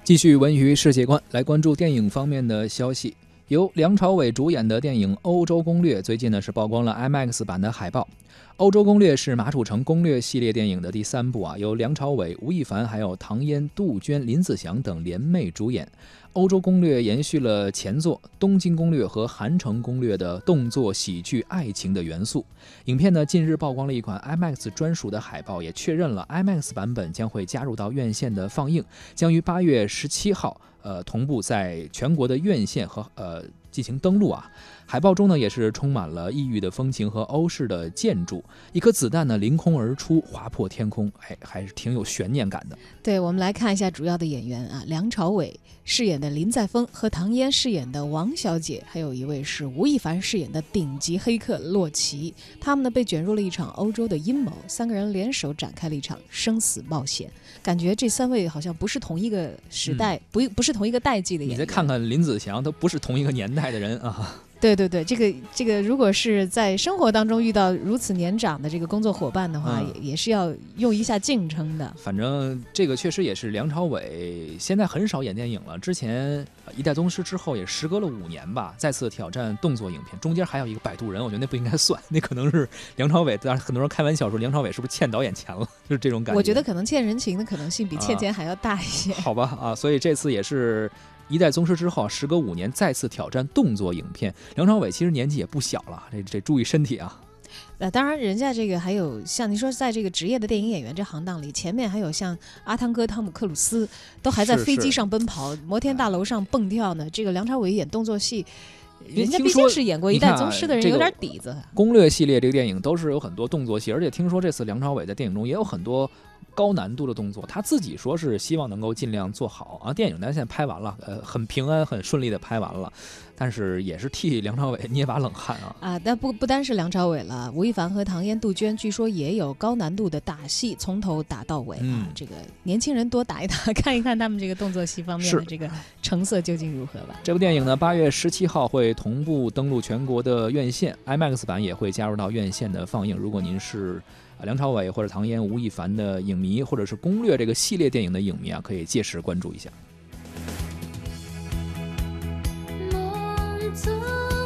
继续文娱世界观，来关注电影方面的消息。由梁朝伟主演的电影《欧洲攻略》最近呢是曝光了 IMAX 版的海报。《欧洲攻略》是马楚成攻略系列电影的第3部由梁朝伟、吴亦凡还有唐嫣、杜鹃、林子祥等联袂主演。《欧洲攻略》延续了前作《东京攻略》和《韩城攻略》的动作喜剧爱情的元素。影片呢近日曝光了一款 IMAX 专属的海报，也确认了 IMAX 版本将会加入到院线的放映，将于8月17号同步在全国的院线和进行登陆海报中呢也是充满了异域的风情和欧式的建筑，一颗子弹呢凌空而出，划破天空，还是挺有悬念感的。 对，我们来看一下主要的演员梁朝伟饰演的林在峰和唐嫣饰演的王小姐，还有一位是吴亦凡饰演的顶级黑客洛奇，他们呢被卷入了一场欧洲的阴谋，3个人联手展开了一场生死冒险。感觉这3位好像不是同一个时代，不是同一个代际的演员。 你再看看林子祥，都不是同一个年代的人对对对，这个如果是在生活当中遇到如此年长的这个工作伙伴的话，也是要用一下敬称的。 反正这个确实也是梁朝伟现在很少演电影了，之前一代宗师之后也时隔了5年吧，再次挑战动作影片，中间还有一个摆渡人，我觉得那不应该算，那可能是梁朝伟。当然很多人开玩笑说梁朝伟是不是欠导演钱了，就是这种感觉。 我觉得可能欠人情的可能性比欠钱还要大一些。 好吧所以这次也是一代宗师之后时隔5年再次挑战动作影片，梁朝伟其实年纪也不小了，这注意身体当然人家这个还有像你说在这个职业的电影演员这行当里，前面还有像阿汤哥汤姆克鲁斯都还在飞机上奔跑，摩天大楼上蹦跳呢。这个梁朝伟演动作戏，人家毕竟是演过一代宗师的人，有点底子。 攻略系列这个电影都是有很多动作戏，而且听说这次梁朝伟在电影中也有很多高难度的动作，他自己说是希望能够尽量做好电影呢现在拍完了，很平安很顺利的拍完了，但是也是替梁朝伟捏把冷汗但不单是梁朝伟了，吴亦凡和唐嫣、杜鹃据说也有高难度的打戏，从头打到尾这个年轻人多打一打，看一看他们这个动作戏方面的这个成色究竟如何吧。 这部电影呢8月17号会同步登陆全国的院线， IMAX 版也会加入到院线的放映。如果您是梁朝伟或者唐嫣、吴亦凡的影迷，或者是攻略这个系列电影的影迷可以届时关注一下。 梦中